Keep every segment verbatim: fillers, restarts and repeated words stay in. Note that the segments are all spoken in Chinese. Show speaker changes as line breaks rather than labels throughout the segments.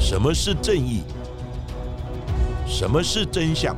什么是正义？什么是真相？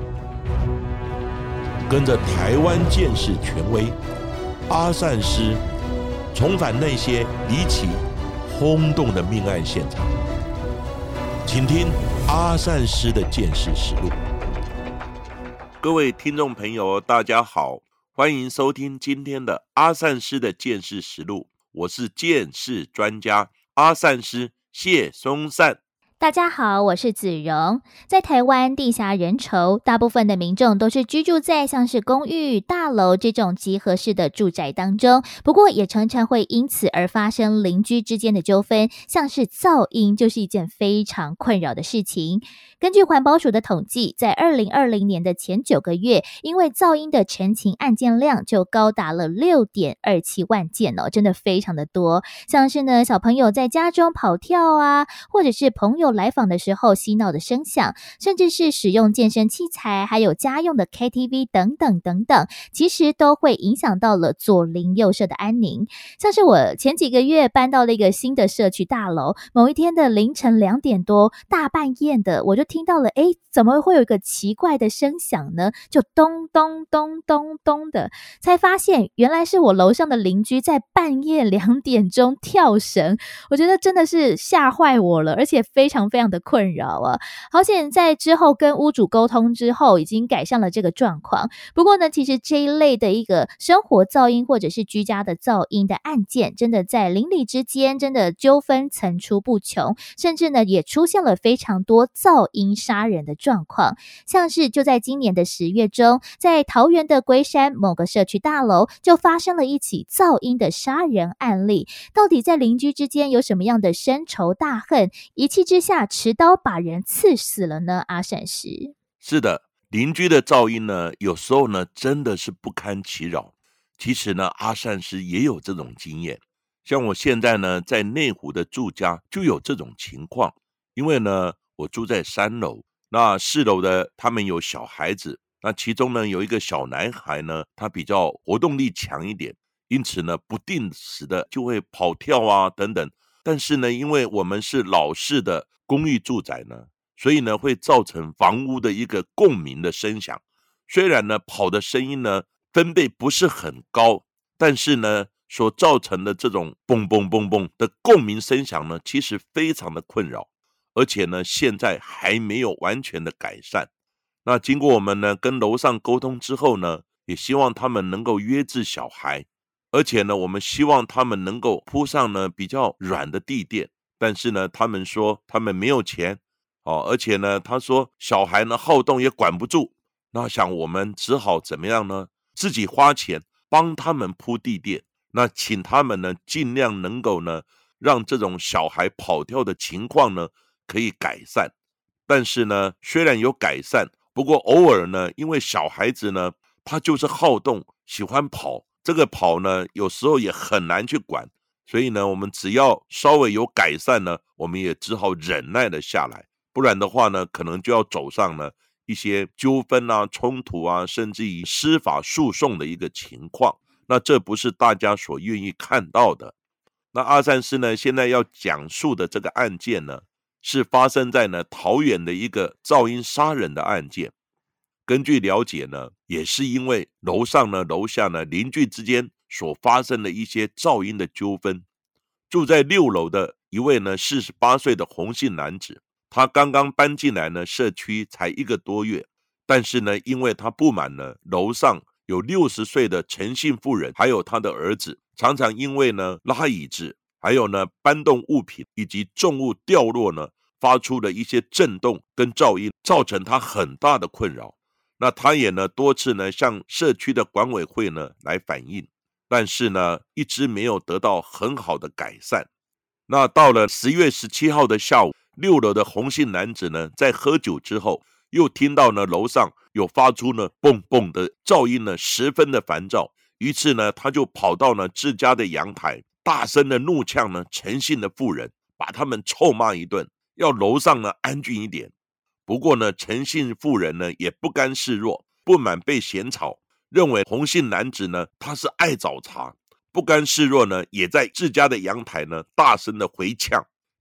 跟着台湾鉴识权威阿善师，重返那些离奇轰动的命案现场，请听阿善师的鉴识实录。各位听众朋友，大家好，欢迎收听今天的阿善师的鉴识实录，我是鉴识专家阿善师谢松善。
大家好，我是子荣。在台湾地狭人稠，大部分的民众都是居住在像是公寓、大楼这种集合式的住宅当中，不过也常常会因此而发生邻居之间的纠纷，像是噪音就是一件非常困扰的事情。根据环保署的统计，在二零二零年的前九个月，因为噪音的陈情案件量就高达了 六点二七万件哦，真的非常的多。像是呢，小朋友在家中跑跳啊，或者是朋友来访的时候嬉闹的声响，甚至是使用健身器材，还有家用的 K T V 等等等等，其实都会影响到了左邻右舍的安宁。像是我前几个月搬到了一个新的社区大楼，某一天的凌晨两点多，大半夜的，我就听到了，诶，怎么会有一个奇怪的声响呢？就咚咚咚咚咚的，才发现原来是我楼上的邻居在半夜两点钟跳绳，我觉得真的是吓坏我了，而且非常非常的困扰啊。好险在之后跟屋主沟通之后，已经改善了这个状况。不过呢，其实这一类的一个生活噪音或者是居家的噪音的案件，真的在邻里之间真的纠纷层出不穷，甚至呢也出现了非常多噪音杀人的状况。像是就在今年的十月中，在桃园的龟山某个社区大楼就发生了一起噪音的杀人案例。到底在邻居之间有什么样的深仇大恨，一气之下持刀把人刺死了呢？阿善师，
是的，邻居的噪音呢，有时候呢真的是不堪其扰。其实呢，阿善师也有这种经验。像我现在呢，在内湖的住家就有这种情况。因为呢，我住在三楼，那四楼的他们有小孩子，那其中呢有一个小男孩呢，他比较活动力强一点，因此呢不定时的就会跑跳啊等等。但是呢，因为我们是老式的公寓住宅呢，所以呢会造成房屋的一个共鸣的声响。虽然呢跑的声音呢分贝不是很高，但是呢所造成的这种嘣嘣嘣嘣的共鸣声响呢，其实非常的困扰，而且呢现在还没有完全的改善。那经过我们呢跟楼上沟通之后呢，也希望他们能够约制小孩，而且呢我们希望他们能够铺上呢比较软的地垫，但是呢他们说他们没有钱哦，而且呢他说小孩呢好动也管不住。那想我们只好怎么样呢？自己花钱帮他们铺地垫，那请他们呢尽量能够呢让这种小孩跑跳的情况呢可以改善。但是呢虽然有改善，不过偶尔呢因为小孩子呢他就是好动喜欢跑，这个跑呢有时候也很难去管，所以呢我们只要稍微有改善呢，我们也只好忍耐了下来，不然的话呢可能就要走上呢一些纠纷啊冲突啊，甚至于司法诉讼的一个情况，那这不是大家所愿意看到的。那阿善师呢现在要讲述的这个案件呢，是发生在呢桃园的一个噪音杀人的案件。根据了解呢，也是因为楼上呢楼下呢邻居之间所发生的一些噪音的纠纷。住在六楼的一位呢四十八岁的洪姓男子，他刚刚搬进来呢社区才一个多月，但是呢因为他不满呢楼上有六十岁的陈姓妇人还有他的儿子，常常因为呢拉椅子还有呢搬动物品以及重物掉落呢发出了一些震动跟噪音，造成他很大的困扰。那他也呢多次呢向社区的管委会呢来反映，但是呢一直没有得到很好的改善。那到了十月十七号的下午，六楼的洪姓男子呢在喝酒之后，又听到呢楼上有发出呢蹦蹦的噪音呢，十分的烦躁，于是呢他就跑到呢自家的阳台，大声的怒呛呢陈姓的妇人，把他们臭骂一顿，要楼上呢安静一点。不过呢陈姓妇人呢也不甘示弱，不满被嫌吵，认为洪姓男子呢他是爱找茬，不甘示弱呢也在自家的阳台呢大声的回呛。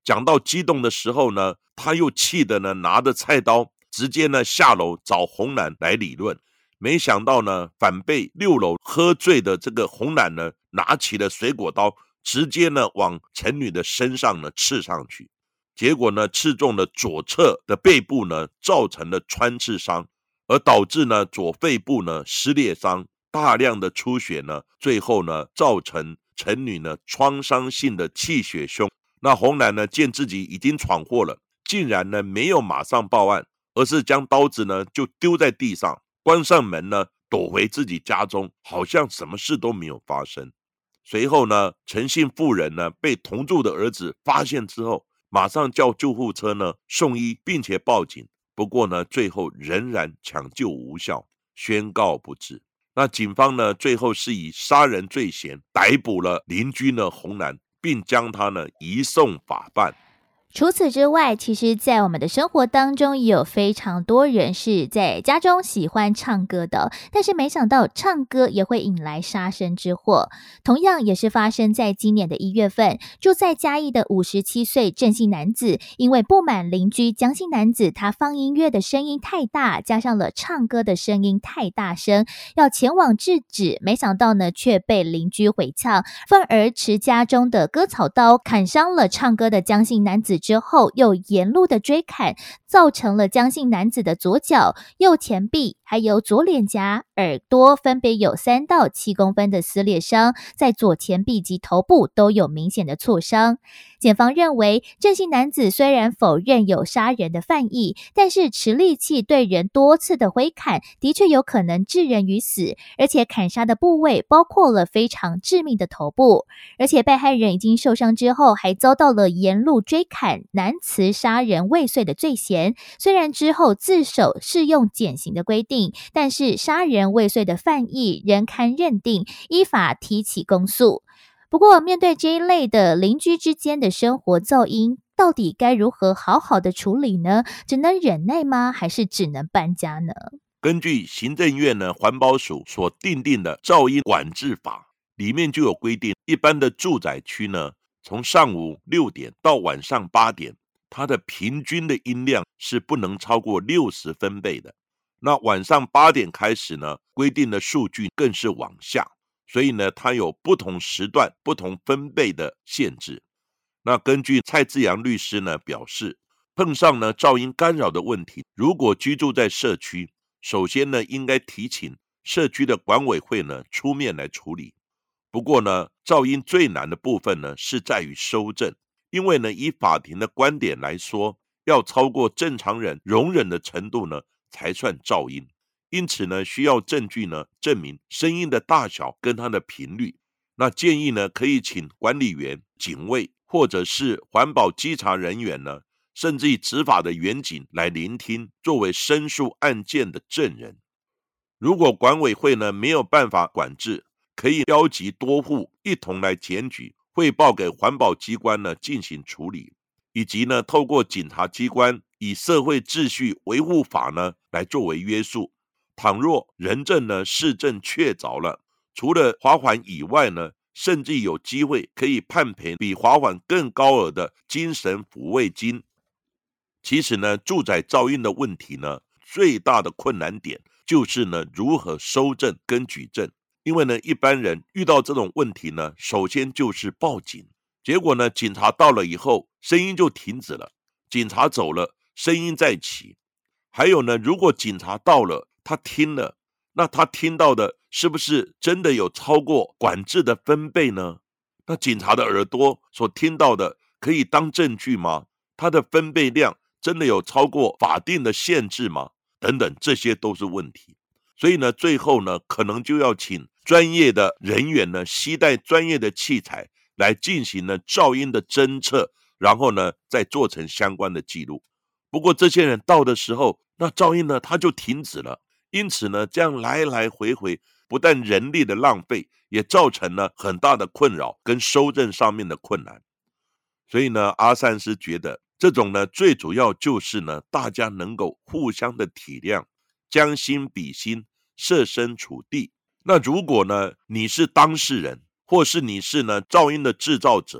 讲到激动的时候呢，他又气得呢拿着菜刀直接呢下楼找红男来理论。没想到呢，反被六楼喝醉的这个红男呢拿起了水果刀，直接呢往陈女的身上呢刺上去。结果呢刺中了左侧的背部呢，造成了穿刺伤，而导致呢左肺部呢撕裂伤，大量的出血呢，最后呢造成陈女呢创伤性的气血胸。那红男呢见自己已经闯祸了，竟然呢没有马上报案，而是将刀子呢就丢在地上，关上门呢躲回自己家中，好像什么事都没有发生。随后呢，陈姓妇人呢被同住的儿子发现之后，马上叫救护车呢送医，并且报警。不过呢，最后仍然抢救无效，宣告不治。那警方呢，最后是以杀人罪嫌逮捕了邻居呢红男，并将他呢移送法办。
除此之外，其实在我们的生活当中也有非常多人是在家中喜欢唱歌的，但是没想到唱歌也会引来杀身之祸。同样也是发生在今年的一月份，住在嘉义的五十七岁郑姓男子，因为不满邻居江姓男子他放音乐的声音太大，加上了唱歌的声音太大声，要前往制止，没想到呢却被邻居回呛，愤而持家中的割草刀砍伤了唱歌的江姓男子之后，又沿路的追砍，造成了江姓男子的左脚、右前臂还有左脸颊、耳朵分别有三到七公分的撕裂伤，在左前臂及头部都有明显的挫伤。检方认为，郑姓男子虽然否认有杀人的犯意，但是持利器对人多次的挥砍，的确有可能致人于死，而且砍杀的部位包括了非常致命的头部，而且被害人已经受伤之后，还遭到了沿路追砍、难辞杀人未遂的罪嫌。虽然之后自首适用减刑的规定，但是杀人未遂的犯意仍堪认定，依法提起公诉。不过，面对这一类的邻居之间的生活噪音，到底该如何好好的处理呢？只能忍耐吗？还是只能搬家呢？
根据行政院呢环保署所订定的噪音管制法，里面就有规定，一般的住宅区呢，从上午六点到晚上八点，它的平均的音量是不能超过六十分贝的。那晚上八点开始呢，规定的数据更是往下，所以呢，它有不同时段、不同分贝的限制。那根据蔡志阳律师呢表示，碰上呢噪音干扰的问题，如果居住在社区，首先呢应该提请社区的管委会呢出面来处理。不过呢，噪音最难的部分呢是在于收证，因为呢以法庭的观点来说，要超过正常人容忍的程度呢才算噪音。因此呢，需要证据呢证明声音的大小跟它的频率。那建议呢，可以请管理员、警卫或者是环保稽查人员呢，甚至于执法的员警来聆听，作为申诉案件的证人。如果管委会呢没有办法管制，可以邀集多户一同来检举，汇报给环保机关呢进行处理，以及呢透过警察机关以社会秩序维护法呢来作为约束。倘若人证呢事证确凿了，除了罚款以外呢，甚至有机会可以判赔比罚款更高额的精神抚慰金。其实呢，住宅噪音的问题呢，最大的困难点就是呢如何收证跟举证。因为呢，一般人遇到这种问题呢，首先就是报警，结果呢，警察到了以后，声音就停止了，警察走了，声音再起。还有呢，如果警察到了，他听了，那他听到的是不是真的有超过管制的分贝呢？那警察的耳朵所听到的可以当证据吗？它的分贝量真的有超过法定的限制吗？等等，这些都是问题。所以呢，最后呢，可能就要请专业的人员呢，携带专业的器材来进行呢噪音的侦测，然后呢，再做成相关的记录。不过这些人到的时候，那噪音呢，它就停止了。因此呢，这样来来回回，不但人力的浪费，也造成了很大的困扰跟收证上面的困难。所以呢，阿善师觉得这种呢，最主要就是呢，大家能够互相的体谅，将心比心，设身处地。那如果呢，你是当事人，或是你是呢噪音的制造者，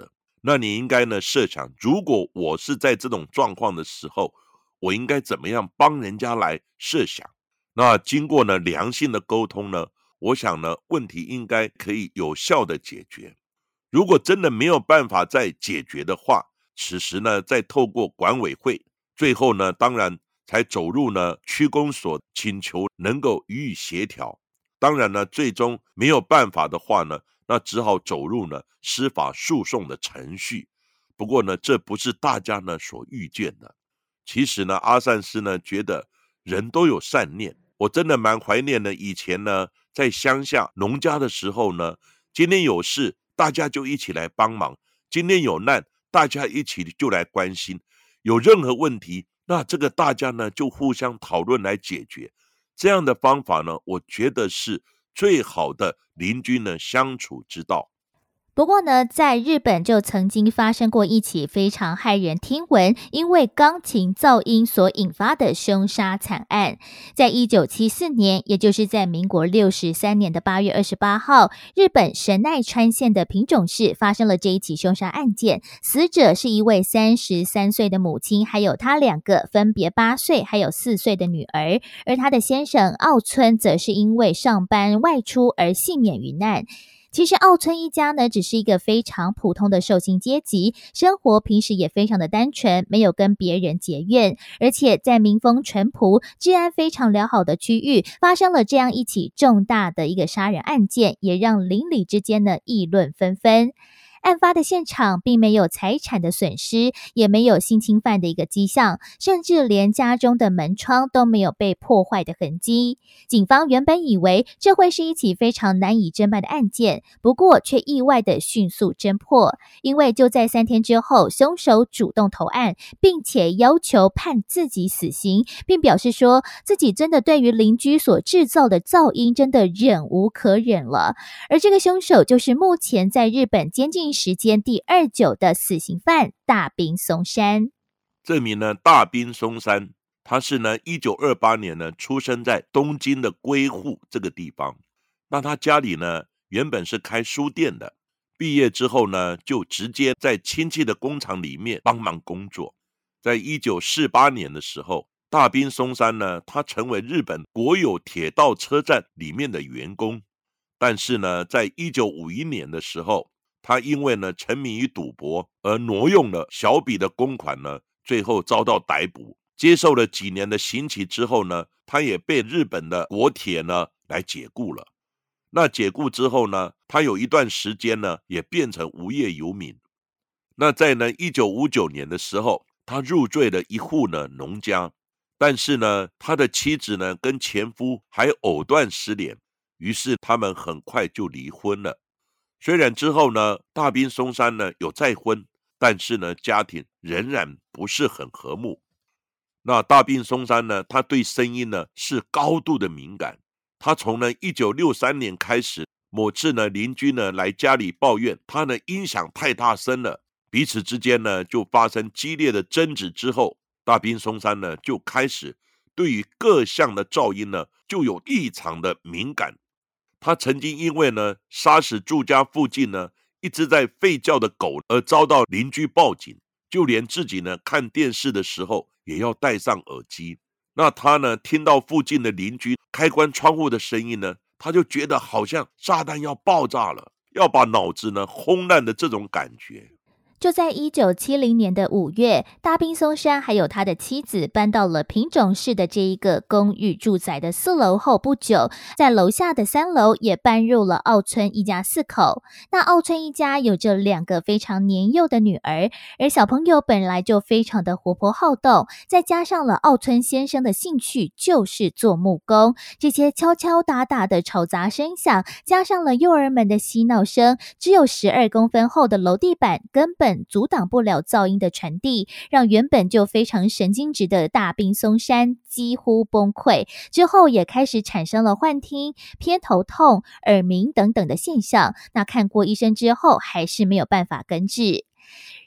那你应该呢设想，如果我是在这种状况的时候，我应该怎么样帮人家来设想。那经过呢良性的沟通呢，我想呢问题应该可以有效的解决。如果真的没有办法再解决的话，此时呢再透过管委会，最后呢当然才走入呢区公所，请求能够予以协调。当然呢最终没有办法的话呢，那只好走入呢司法诉讼的程序。不过呢这不是大家呢所预见的。其实呢阿善师呢觉得人都有善念，我真的蛮怀念呢以前呢在乡下农家的时候呢，今天有事大家就一起来帮忙，今天有难大家一起就来关心，有任何问题那这个大家呢就互相讨论来解决。这样的方法呢我觉得是最好的邻居呢相处之道。
不过呢，在日本就曾经发生过一起非常骇人听闻，因为钢琴噪音所引发的凶杀惨案。在一九七四年，也就是在民国六十三年的八月二十八号，日本神奈川县的平冢市发生了这一起凶杀案件。死者是一位三十三岁的母亲，还有她两个分别八岁还有四岁的女儿，而她的先生奥村则是因为上班外出而幸免于难。其实奥村一家呢，只是一个非常普通的受薪阶级，生活平时也非常的单纯，没有跟别人结怨，而且在民风淳朴、治安非常良好的区域，发生了这样一起重大的一个杀人案件，也让邻里之间呢议论纷纷。案发的现场并没有财产的损失，也没有性侵犯的一个迹象，甚至连家中的门窗都没有被破坏的痕迹。警方原本以为这会是一起非常难以侦办的案件，不过却意外的迅速侦破，因为就在三天之后，凶手主动投案，并且要求判自己死刑，并表示说自己真的对于邻居所制造的噪音真的忍无可忍了。而这个凶手就是目前在日本监禁时间第二久的死刑犯大滨松山。
这名呢大滨松山，他是呢一九二八年呢出生在东京的龟户这个地方。那他家里呢原本是开书店的，毕业之后呢就直接在亲戚的工厂里面帮忙工作。在一九四八年的时候，大滨松山呢他成为日本国有铁道车站里面的员工。但是呢在一九五一年的时候，他因为呢沉迷于赌博而挪用了小笔的公款呢，最后遭到逮捕。接受了几年的刑期之后呢，他也被日本的国铁呢来解雇了。那解雇之后呢，他有一段时间呢也变成无业游民。那在呢一九五九年的时候，他入赘了一户呢农家，但是呢他的妻子呢跟前夫还藕断丝连，于是他们很快就离婚了。虽然之后呢大滨松山呢有再婚，但是呢家庭仍然不是很和睦。那大滨松山呢他对声音呢是高度的敏感。他从呢一九六三年开始，某次呢邻居呢来家里抱怨他呢音响太大声了，彼此之间呢就发生激烈的争执。之后大滨松山呢就开始对于各项的噪音呢就有异常的敏感。他曾经因为呢杀死住家附近呢一直在吠叫的狗而遭到邻居报警，就连自己呢看电视的时候也要戴上耳机。那他呢听到附近的邻居开关窗户的声音呢，他就觉得好像炸弹要爆炸了，要把脑子呢轰烂的这种感觉。
就在一九七零年的五月，大滨松山还有他的妻子搬到了平冢市的这一个公寓住宅的四楼后不久，在楼下的三楼也搬入了奥村一家四口。那奥村一家有着两个非常年幼的女儿，而小朋友本来就非常的活泼好动，再加上了奥村先生的兴趣就是做木工，这些敲敲打打的吵杂声响，加上了幼儿们的嬉闹声，只有十二公分厚的楼地板根本阻挡不了噪音的传递，让原本就非常神经质的大滨松山几乎崩溃。之后也开始产生了幻听、偏头痛、耳鸣等等的现象。那看过医生之后，还是没有办法根治。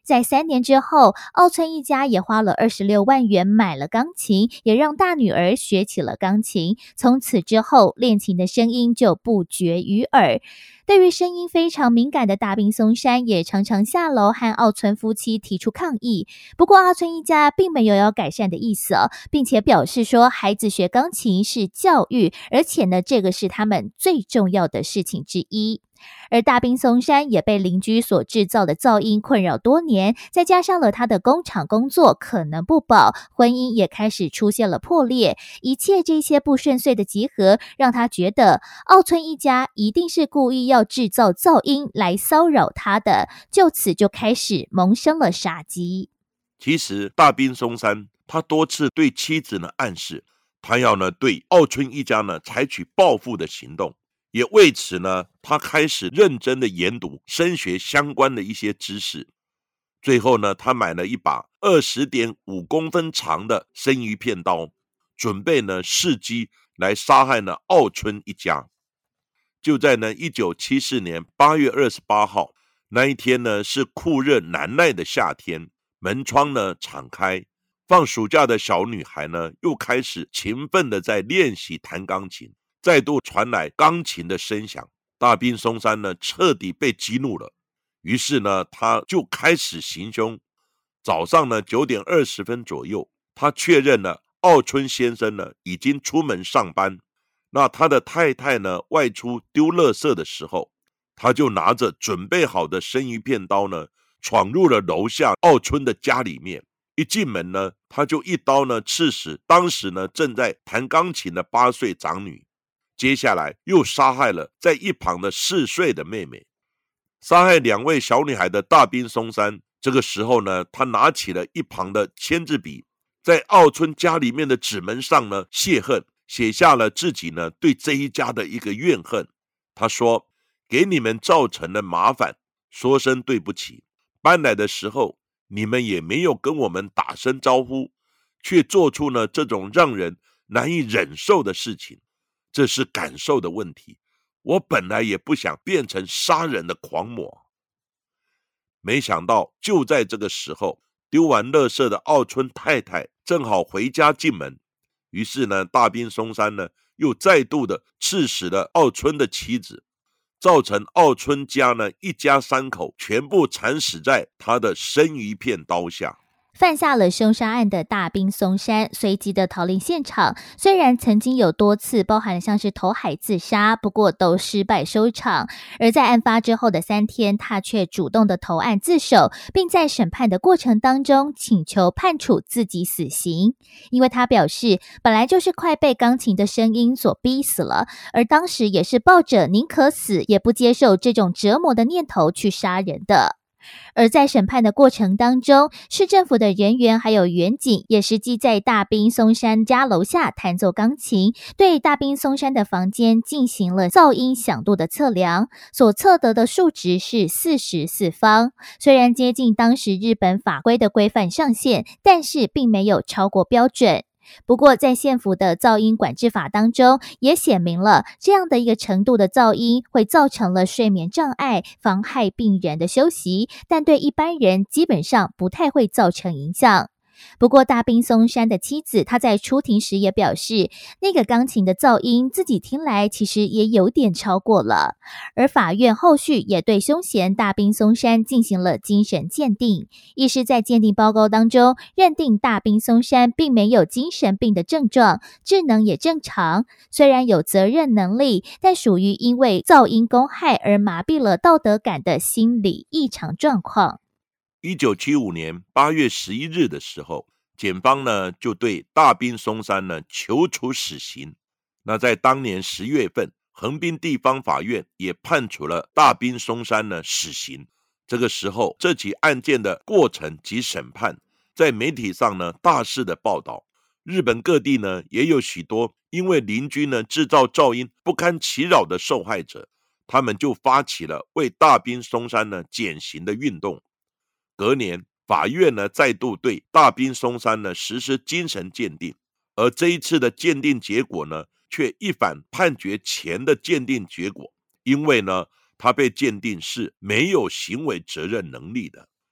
在三年之后，奥村一家也花了二十六万元买了钢琴，也让大女儿学起了钢琴。从此之后，练琴的声音就不绝于耳。对于声音非常敏感的大滨松山，也常常下楼和奥村夫妻提出抗议。不过奥村一家并没有要改善的意思哦，并且表示说，孩子学钢琴是教育，而且呢，这个是他们最重要的事情之一。而大滨松山也被邻居所制造的噪音困扰多年，再加上了他的工厂工作可能不保，婚姻也开始出现了破裂，一切这些不顺遂的集合，让他觉得奥村一家一定是故意要制造噪音来骚扰他的，就此就开始萌生了杀机。
其实大滨松山他多次对妻子呢暗示，他要呢对奥村一家呢采取报复的行动。也为此呢，他开始认真的研读、深学相关的一些知识。最后呢，他买了一把 二十点五公分长的生鱼片刀，准备呢伺机来杀害呢奥村一家。就在呢一九七四年八月二十八号那一天呢，是酷热难耐的夏天，门窗呢敞开，放暑假的小女孩呢又开始勤奋的在练习弹钢琴。再度传来钢琴的声响，大滨松山呢彻底被激怒了，于是呢他就开始行凶。早上呢九点二十分左右，他确认了奥村先生呢已经出门上班，那他的太太呢外出丢垃圾的时候，他就拿着准备好的生鱼片刀呢闯入了楼下奥村的家里面。一进门呢，他就一刀呢刺死当时呢正在弹钢琴的八岁长女。接下来又杀害了在一旁的四岁的妹妹。杀害两位小女孩的大滨松山，这个时候呢，他拿起了一旁的签字笔，在奥村家里面的纸门上呢泄恨，写下了自己呢对这一家的一个怨恨。他说，给你们造成了麻烦，说声对不起。搬来的时候，你们也没有跟我们打声招呼，却做出了这种让人难以忍受的事情。这是感受的问题，我本来也不想变成杀人的狂魔。没想到就在这个时候，丢完垃圾的奥村太太正好回家进门，于是呢，大滨松山呢又再度的刺死了奥村的妻子，造成奥村家呢一家三口全部惨死在他的生鱼片刀下。
犯下了凶杀案的大滨松山随即的逃离现场，虽然曾经有多次包含像是投海自杀，不过都失败收场。而在案发之后的三天，他却主动的投案自首，并在审判的过程当中请求判处自己死刑，因为他表示本来就是快被钢琴的声音所逼死了，而当时也是抱着宁可死也不接受这种折磨的念头去杀人的。而在审判的过程当中，市政府的人员还有员警也实际在大滨松山家楼下弹奏钢琴，对大滨松山的房间进行了噪音响度的测量，所测得的数值是四十四方，虽然接近当时日本法规的规范上限，但是并没有超过标准。不过在县府的噪音管制法当中也写明了，这样的一个程度的噪音会造成了睡眠障碍，妨害病人的休息，但对一般人基本上不太会造成影响。不过大滨松山的妻子她在出庭时也表示，那个钢琴的噪音自己听来其实也有点超过了。而法院后续也对凶嫌大滨松山进行了精神鉴定，医师在鉴定报告当中认定大滨松山并没有精神病的症状，智能也正常，虽然有责任能力，但属于因为噪音公害而麻痹了道德感的心理异常状况。
一九七五年八月十一日的时候，检方呢就对大滨松山呢求处死刑。那在当年十月份，横滨地方法院也判处了大滨松山呢死刑。这个时候，这起案件的过程及审判在媒体上呢大肆的报道，日本各地呢也有许多因为邻居呢制造噪音不堪其扰的受害者，他们就发起了为大滨松山呢减刑的运动。隔年，法院呢再度对大滨松山呢实施精神鉴定，而这一次的鉴定结果呢，却一反判决前的鉴定结果，因为呢，他被鉴定是没有行为责任能力的。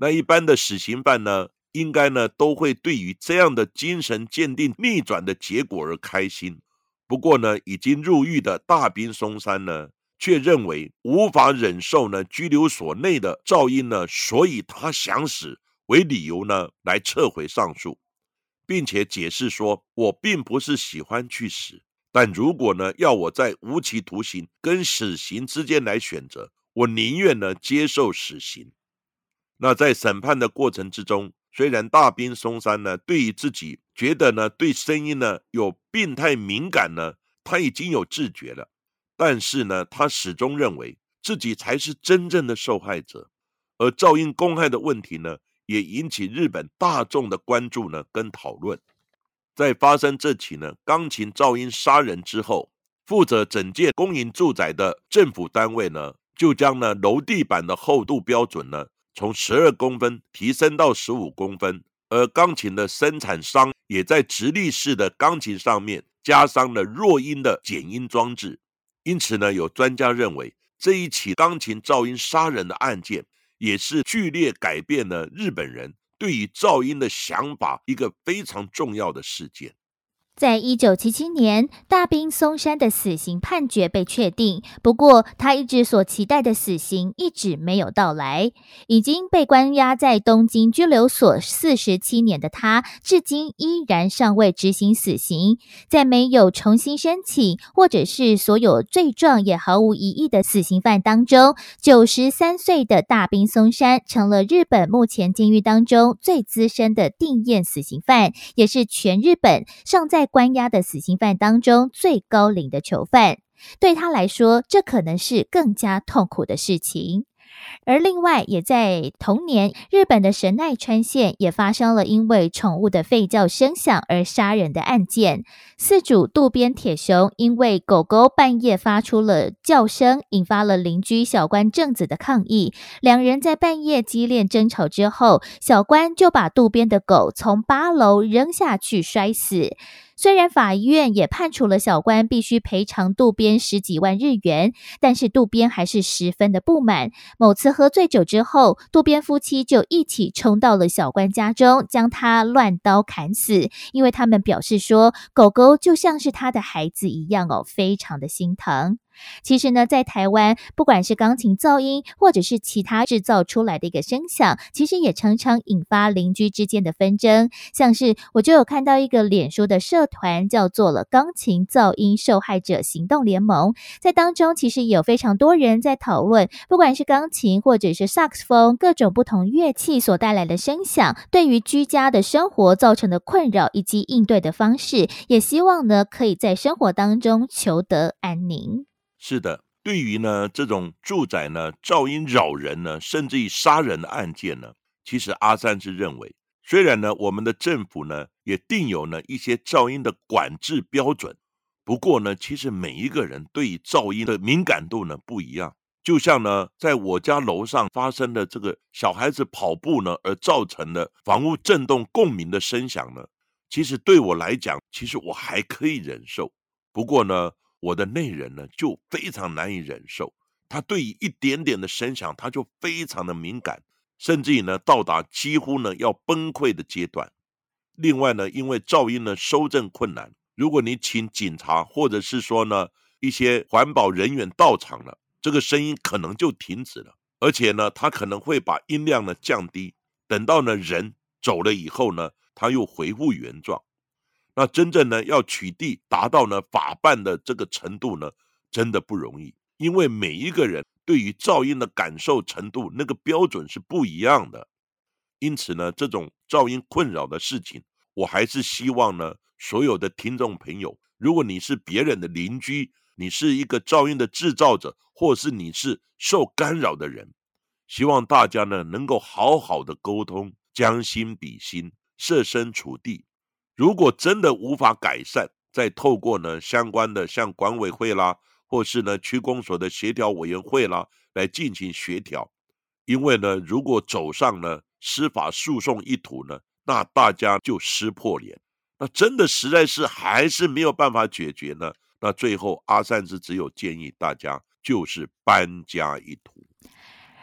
那一般的死刑犯呢，应该呢都会对于这样的精神鉴定逆转的结果而开心。不过呢，已经入狱的大滨松山呢，却认为无法忍受呢拘留所内的噪音呢，所以他想死为理由呢来撤回上诉，并且解释说，我并不是喜欢去死，但如果呢要我在无期徒刑跟死刑之间来选择，我宁愿呢接受死刑。那在审判的过程之中，虽然大滨松山呢对于自己觉得呢对声音呢有病态敏感呢，他已经有自觉了，但是呢他始终认为自己才是真正的受害者。而噪音公害的问题呢，也引起日本大众的关注呢跟讨论。在发生这起呢钢琴噪音杀人之后，负责整建公营住宅的政府单位呢，就将呢楼地板的厚度标准呢从十二公分提升到十五公分，而钢琴的生产商也在直立式的钢琴上面加上了弱音的减音装置。因此呢，有专家认为这一起钢琴噪音杀人的案件也是剧烈改变了日本人对于噪音的想法一个非常重要的事件。
在一九七七年，大滨松山的死刑判决被确定，不过他一直所期待的死刑一直没有到来。已经被关押在东京拘留所四十七年的他，至今依然尚未执行死刑。在没有重新申请，或者是所有罪状也毫无疑义的死刑犯当中，九十三岁的大滨松山成了日本目前监狱当中最资深的定验死刑犯，也是全日本尚在关押的死刑犯当中最高龄的囚犯。对他来说，这可能是更加痛苦的事情。而另外也在同年，日本的神奈川县也发生了因为宠物的吠叫声响而杀人的案件。饲主渡边铁雄因为狗狗半夜发出了叫声，引发了邻居小关正子的抗议，两人在半夜激烈争吵之后，小关就把渡边的狗从八楼扔下去摔死。虽然法院也判处了小关必须赔偿渡边十几万日元，但是渡边还是十分的不满。某次喝醉酒之后，渡边夫妻就一起冲到了小关家中，将他乱刀砍死。因为他们表示说，狗狗就像是他的孩子一样哦，非常的心疼。其实呢，在台湾，不管是钢琴噪音，或者是其他制造出来的一个声响，其实也常常引发邻居之间的纷争。像是我就有看到一个脸书的社团，叫做了钢琴噪音受害者行动联盟，在当中其实也有非常多人在讨论，不管是钢琴或者是萨克斯风，各种不同乐器所带来的声响，对于居家的生活造成的困扰以及应对的方式，也希望呢可以在生活当中求得安宁。
是的，对于呢这种住宅呢噪音扰人呢，甚至于杀人的案件呢，其实阿善是认为，虽然呢我们的政府呢也定有呢一些噪音的管制标准，不过呢其实每一个人对于噪音的敏感度呢不一样。就像呢在我家楼上发生的这个小孩子跑步呢而造成的房屋震动共鸣的声响呢，其实对我来讲，其实我还可以忍受。不过呢我的内人呢就非常难以忍受，他对于一点点的声响他就非常的敏感，甚至于呢到达几乎呢要崩溃的阶段。另外呢，因为噪音呢收证困难，如果你请警察或者是说呢一些环保人员到场了，这个声音可能就停止了，而且呢他可能会把音量呢降低，等到呢人走了以后呢，他又恢复原状。那真正呢要取缔达到呢法办的这个程度呢，真的不容易，因为每一个人对于噪音的感受程度那个标准是不一样的。因此呢，这种噪音困扰的事情，我还是希望呢所有的听众朋友，如果你是别人的邻居，你是一个噪音的制造者，或是你是受干扰的人，希望大家呢能够好好的沟通，将心比心，设身处地。如果真的无法改善，再透过呢相关的像管委会啦，或是呢区公所的协调委员会啦来进行协调。因为呢如果走上呢司法诉讼一途呢，那大家就撕破脸，那真的实在是还是没有办法解决呢，那最后阿善是只有建议大家就是搬家一途。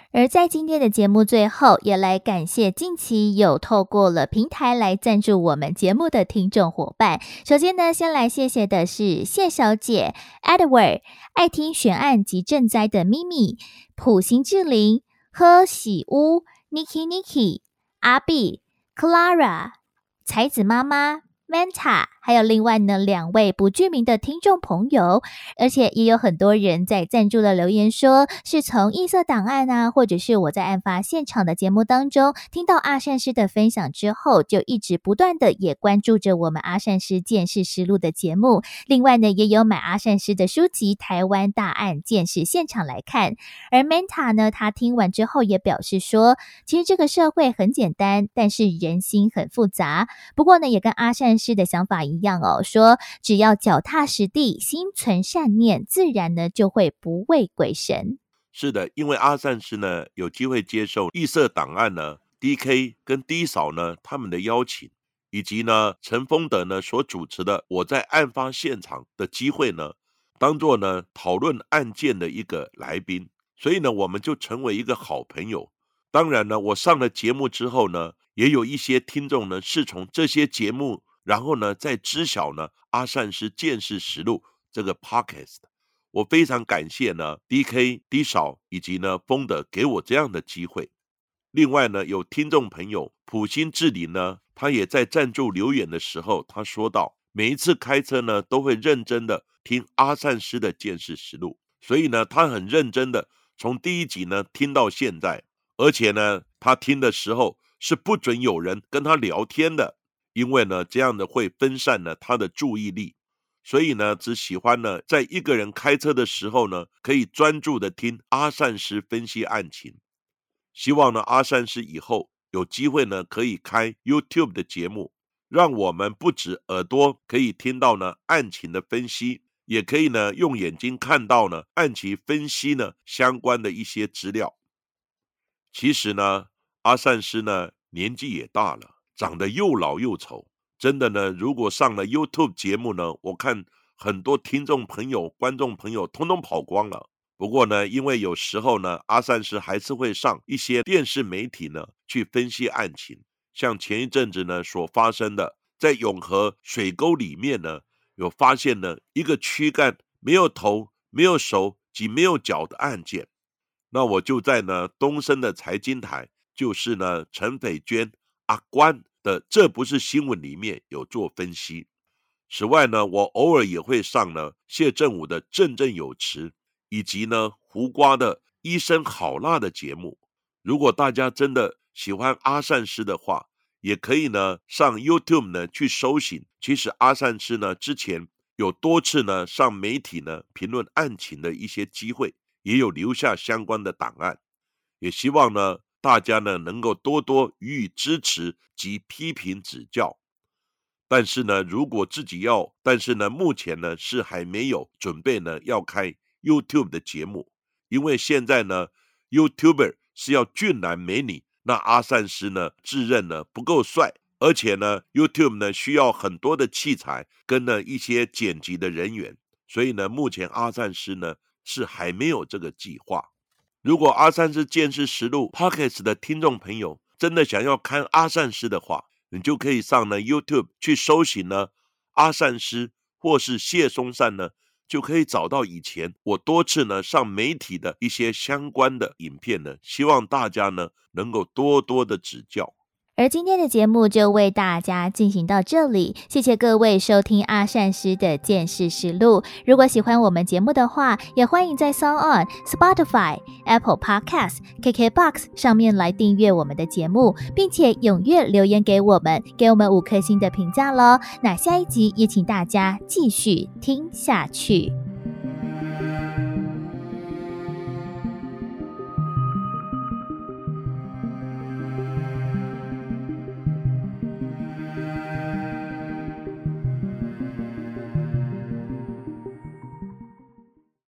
而在今天的节目最后，也来感谢近期有透过了平台来赞助我们节目的听众伙伴。首先呢，先来谢谢的是谢小姐、Edward、爱听悬案及赈灾的咪咪、普行志玲、喝喜屋、Niki Niki、阿碧、Clara、才子妈妈、Manta， 还有另外呢两位不具名的听众朋友，而且也有很多人在赞助的留言说是从异色档案啊，或者是我在案发现场的节目当中听到阿善师的分享之后，就一直不断的也关注着我们阿善师见识实录的节目。另外呢，也有买阿善师的书籍《台湾大案见识现场》来看。而 Manta 呢，他听完之后也表示说，其实这个社会很简单，但是人心很复杂。不过呢，也跟阿善师的想法一样哦，说只要脚踏实地，心存善念，自然呢就会不畏鬼神。
是的，因为阿善师呢有机会接受异色档案呢 D K 跟 D 嫂呢他们的邀请，以及呢陈丰德呢所主持的我在案发现场的机会呢，当作呢讨论案件的一个来宾，所以呢我们就成为一个好朋友。当然呢，我上了节目之后呢，也有一些听众呢是从这些节目然后呢再知晓呢阿善师见识实录这个 podcast。 我非常感谢呢 D K、 D 嫂以及呢丰德给我这样的机会。另外呢，有听众朋友普心志林呢，他也在赞助留言的时候，他说到每一次开车呢都会认真的听阿善师的见识实录，所以呢他很认真的从第一集呢听到现在，而且呢他听的时候是不准有人跟他聊天的，因为呢这样的会分散了他的注意力，所以呢只喜欢呢在一个人开车的时候呢可以专注的听阿善师分析案情。希望呢阿善师以后有机会呢可以开 YouTube 的节目，让我们不止耳朵可以听到呢案情的分析，也可以呢用眼睛看到呢案情分析呢相关的一些资料。其实呢阿善师呢年纪也大了，长得又老又丑，真的呢如果上了 YouTube 节目呢，我看很多听众朋友观众朋友通通跑光了。不过呢，因为有时候呢阿善师还是会上一些电视媒体呢去分析案情，像前一阵子呢所发生的在永和水沟里面呢有发现呢一个躯干没有头没有手及没有脚的案件，那我就在呢东森的财经台，就是呢陈斐娟阿关的这不是新闻里面有做分析。此外呢，我偶尔也会上呢谢振武的振振有词，以及呢胡瓜的医生好辣的节目。如果大家真的喜欢阿善师的话，也可以呢上 YouTube 呢去搜寻。其实阿善师呢之前有多次呢上媒体呢评论案情的一些机会，也有留下相关的档案。也希望呢大家呢能够多多予以支持及批评指教。但是呢如果自己要但是呢目前呢是还没有准备呢要开 YouTube 的节目，因为现在呢 YouTuber 是要俊男美女，那阿善师呢自认呢不够帅，而且呢 YouTube 呢需要很多的器材跟呢一些剪辑的人员，所以呢目前阿善师呢是还没有这个计划。如果阿善师见识实录 Podcast 的听众朋友真的想要看阿善师的话，你就可以上呢 YouTube 去搜寻呢阿善师或是谢松善呢，就可以找到以前我多次呢上媒体的一些相关的影片呢，希望大家呢能够多多的指教。
而今天的节目就为大家进行到这里，谢谢各位收听阿善师的见识实录。如果喜欢我们节目的话，也欢迎在 SoundOn、Spotify、Apple Podcast、K K Box 上面来订阅我们的节目，并且踊跃留言给我们，给我们五颗星的评价咯。那下一集也请大家继续听下去。